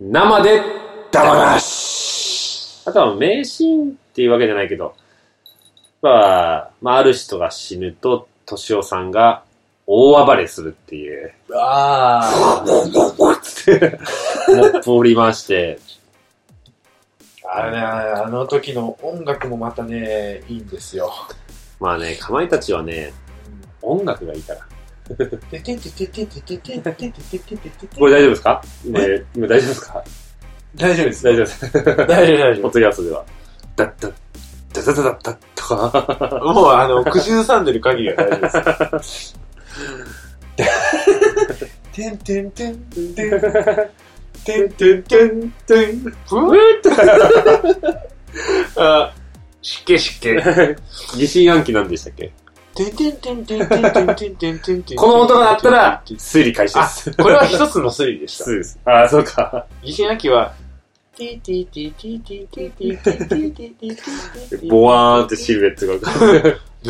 生でダし。あとは迷信っていうわけじゃないけど、ある人が死ぬと、敏夫さんが大暴れするっていう。つって、モップを振り回して。 あの時の音楽もまたね、いいんですよ。 まあね、かまいたちはね、音楽がいいから。これ大丈夫ですか？今大丈夫ですか？ 大丈夫です。 大丈夫です。 大丈夫。ポッドキャストでは。ダッダッダダダダダッとか。 もう口ずさんでる限りは大丈夫です。てんてんてんてんてんてんてんてんてんふーっと湿気湿気。 疑心暗鬼なんでしたっけ？ てんてんてんてんてんてんてんてんてんてん。 この音が鳴ったら推理開始です。 これは一つの推理でした。 そうです。ああ、そうか。 疑心暗鬼はティーティーティーティーティーティーティーティーティーティーティーティーボワーンってシルエットが浮かぶ。ル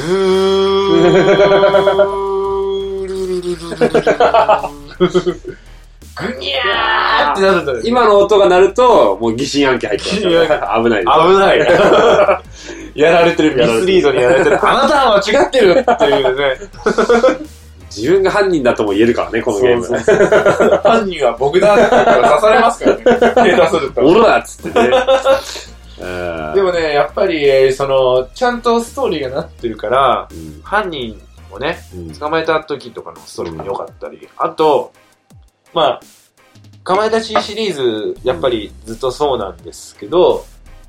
ールルルルルルグニャーってなるんだよ。 今の音が鳴ると、もう疑心暗鬼入ってます。危ない。 危ない。やられてる、ミスリードにやられてる。あなたは間違ってるっていうね。 自分が犯人だとも言えるからね、このゲーム。そう犯人は僕だって刺されますからね。手出すると。 おらっつってね。 でもね、やっぱり、ちゃんとストーリーがなってるから、犯人をね、捕まえた時とかのストーリーも良かったり、あと、かまいたちシリーズ、やっぱりずっとそうなんですけど、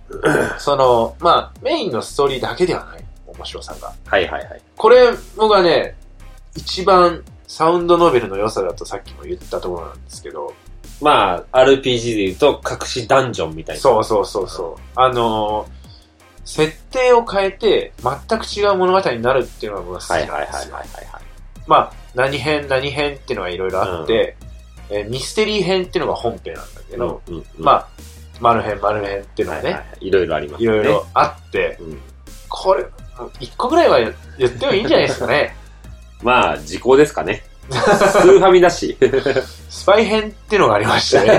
メインのストーリーだけではない、面白さが。 はいはいはい。 これのがね、一番サウンドノベルの良さだとさっきも言ったところなんですけど。 RPG で言うと、隠しダンジョンみたいな。 そう。設定を変えて、全く違う物語になるっていうのが僕は好きなんですよ。何編っていうのがいろいろあって、ミステリー編っていうのが本編なんだけど、丸編っていうのはね、 いろいろありますね。 いろいろあって、これ、一個ぐらいは言ってもいいんじゃないですかね。 時効ですかね。スーファミだし。 スパイ編っていうのがありましてね。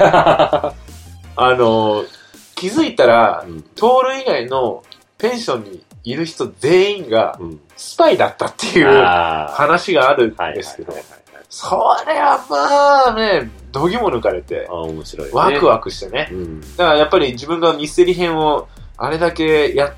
気づいたら、トール以外のペンションにいる人全員が、スパイだったっていう話があるんですけど、それは度肝抜かれて、 面白いね。 ワクワクしてね。だからやっぱり自分がミステリー編をあれだけやって、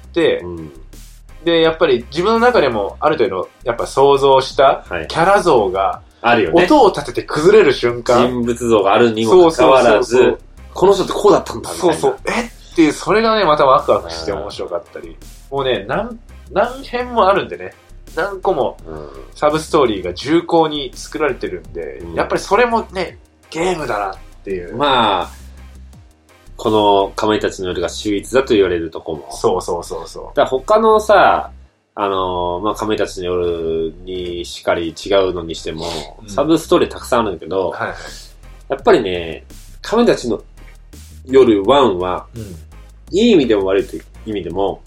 で、やっぱり自分の中でもある程度、やっぱ想像したキャラ像が、 あるよね。 音を立てて崩れる瞬間。 人物像があるにもかかわらず、この人ってこうだったんだみたいな。 っていう、それがね、またワクワクして面白かったり。もうね、何編もあるんでね。何個もサブストーリーが重厚に作られてるんで、やっぱりそれもね、ゲームだなっていう。 このかまいたちの夜が秀逸だと言われるとこも。 そう。 だから他のさ、かまいたちの夜にしかり違うのにしても、サブストーリーたくさんあるんだけど、やっぱりね、かまいたちの夜1は、いい意味でも悪いという意味でも、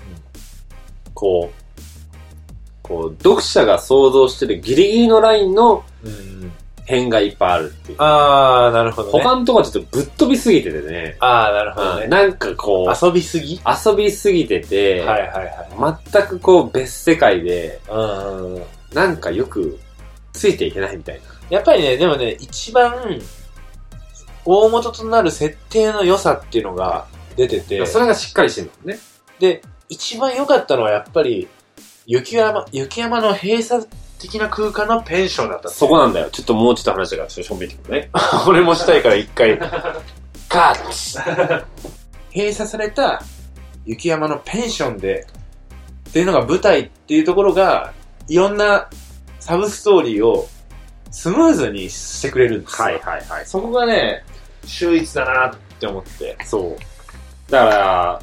読者が想像してるギリギリのラインの編がいっぱいあるっていう。 なるほどね。 他のとこはちょっとぶっ飛びすぎててね。 なるほどね。 なんか遊びすぎてて、全く別世界で、なんかよくついていけないみたいな。 やっぱりね、でもね、一番大元となる設定の良さっていうのが出てて、 それがしっかりしてるのね。 で、一番良かったのはやっぱり、雪山の閉鎖的な空間のペンションだった。 そこなんだよ。ちょっともうちょっと話が正面にくるね。 俺もしたいから一回、カッツ閉鎖された雪山のペンションで、っていうのが舞台っていうところが、いろんなサブストーリーをスムーズにしてくれるんですよ。そこがね、秀逸だなって思って。 そう。だから、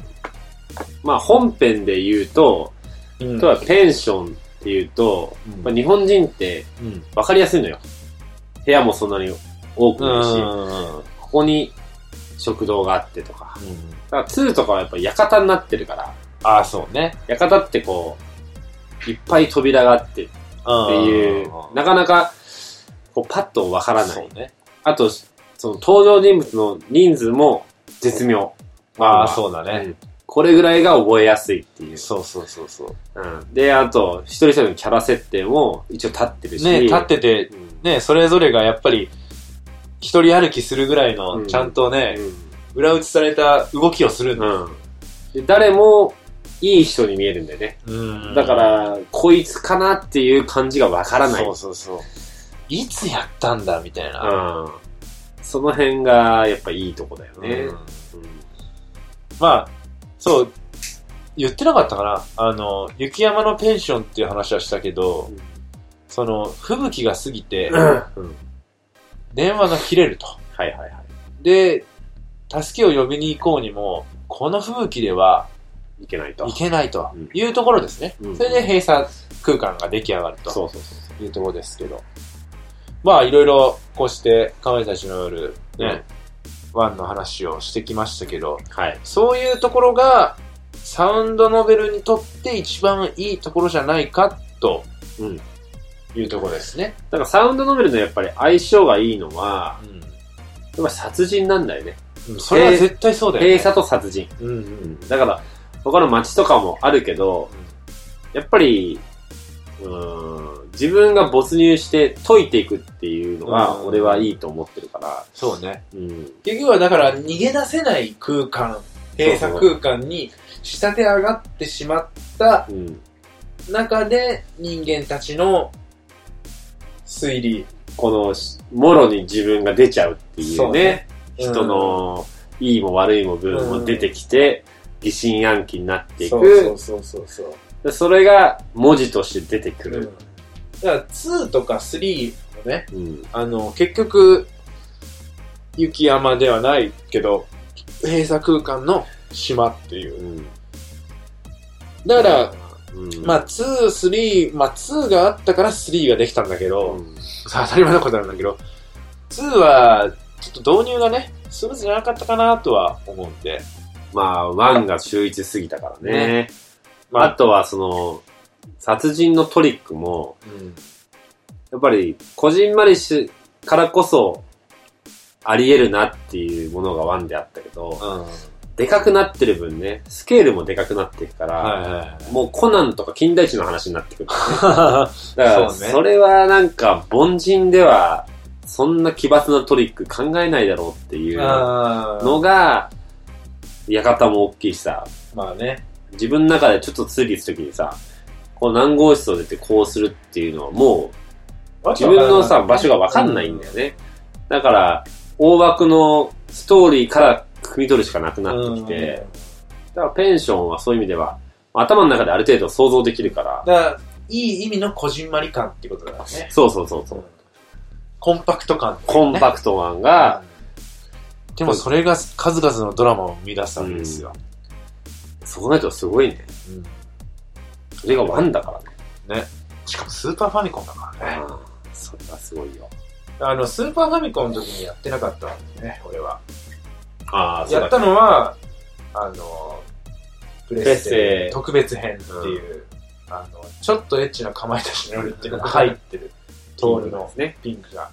本編で言うと、とはペンションっていうと、日本人って分かりやすいのよ。部屋もそんなに多くないし、ここに食堂があってとか。だから2とかはやっぱ館になってるから。 そうね。 館っていっぱい扉があってっていう、なかなかパッと分からない。あと、その登場人物の人数も絶妙。 ああ、そうだね、 これぐらいが覚えやすいっていう。 そうそうそうそう。 で、あと、一人一人のキャラ設定も一応立ってるし。 ね、立ってて、ね、それぞれがやっぱり、一人歩きするぐらいの、ちゃんとね、裏打ちされた動きをするんだ。 で誰も、いい人に見えるんだよね。だから、こいつかなっていう感じがわからない。 そうそうそう。いつやったんだみたいな。 その辺がやっぱいいとこだよね。 まあ、そう、言ってなかったかな。雪山のペンションっていう話はしたけど、その、吹雪が過ぎて、電話が切れると。 はいはいはい。 で、助けを呼びに行こうにも、この吹雪ではいけないというところですね。それで閉鎖空間が出来上がるというところですけど。まあいろいろこうしてかまいたちの夜ね、ワンの話をしてきましたけど、そういうところがサウンドノベルにとって一番いいところじゃないかというところですね。 だからサウンドノベルのやっぱり相性がいいのは、やっぱ殺人なんだよね。 それは絶対そうだよね。 閉鎖と殺人。だから他の街とかもあるけど、やっぱり、自分が没入して解いていくっていうのが、俺はいいと思ってるから。 そうね。結局はだから逃げ出せない空間、閉鎖空間に仕立て上がってしまった中で人間たちの推理。 この、もろに自分が出ちゃうっていうね。人のいいも悪いも部分も出てきて、疑心暗鬼になっていく。それが文字として出てくる。 だから2とか3もね、結局、雪山ではないけど、閉鎖空間の島っていう。だから、まあ2、3、まあ2があったから3ができたんだけど、当たり前のことなんだけど、2はちょっと導入がね、スムーズじゃなかったかなとは思うんで。 まあ、1が秀逸すぎたからね。あとはその、殺人のトリックも、やっぱり、こじんまりしからこそ、あり得るなっていうものが1であったけど、でかくなってる分ね、スケールもでかくなっていくから、もうコナンとか金田一の話になってくる、ね。だから、それはなんか、凡人では、そんな奇抜なトリック考えないだろうっていうのが、館も大きいしさ、 まあね。 自分の中でちょっと推理するときにさ、こう何号室を出てこうするっていうのはもう、自分のさ、場所がわかんないんだよね。だから、大枠のストーリーから汲み取るしかなくなってきて、だからペンションはそういう意味では、頭の中である程度想像できるから。 だから、いい意味のこじんまり感っていうことだよね。 そうそうそうそう。 コンパクト感、ね。 コンパクト感が、 でもそれが数々のドラマを生み出したんですよ。 そうなるとすごいね。それがワンだからね。ね。しかもスーパーファミコンだからね。 それはすごいよ。 スーパーファミコンの時にやってなかったんですね、俺は。 そうやったのは、プレステ特別編っていう、ちょっとエッチなかまいたちの夜っていうのが入ってる。トールのね、ピンクが。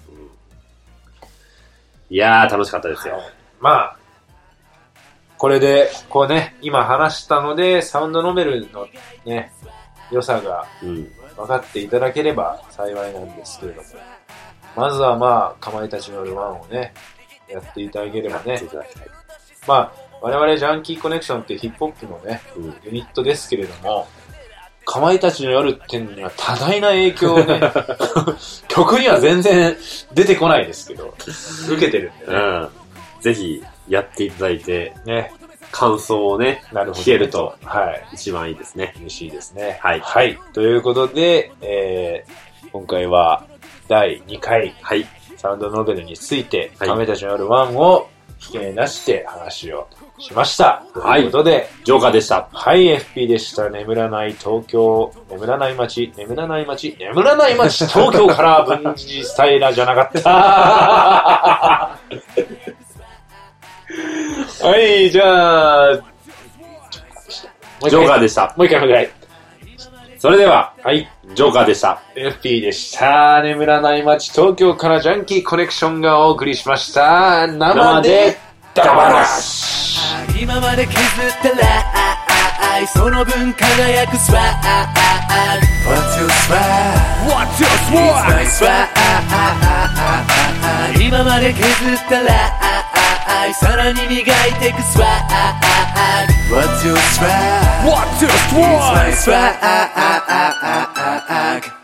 いやー、楽しかったですよ。 まあ、これで、こうね、今話したので、サウンドノベルのね、良さが分かっていただければ幸いなんですけれども、まずはまあ、かまいたちの夜1をね、やっていただければね、まあ、我々ジャンキーコネクションっていうヒップホップのね、ユニットですけれども、かまいたちの夜っていうのには多大な影響をね、曲には全然出てこないですけど、受けてるんでね。 ぜひやっていただいて、 ね、 感想をね、聞けると、一番いいですね。 嬉しいですね。 はい。 はい。ということで、今回は第2回、サウンドノベルについて、かまいたちの夜1を引き合い出して話をしました。ということで、 ジョーカーでした。 はい、FP でした。眠らない東京、眠らない街、眠らない街、眠らない街、東京から文字スタイラーじゃなかった。はい、じゃあ、 ジョーカーでした。 もう一回お願い。 それでは、ジョーカーでした。 FP でした。眠らない街、東京からジャンキーコネクションがお送りしました。生でダバナシ。 今まで削ったらその分輝くスワッグ What's your swag? What's your swag? It's my swag 今まで削ったらさらに磨いてくスワッグ What's your swag? What's your swag? It's my swag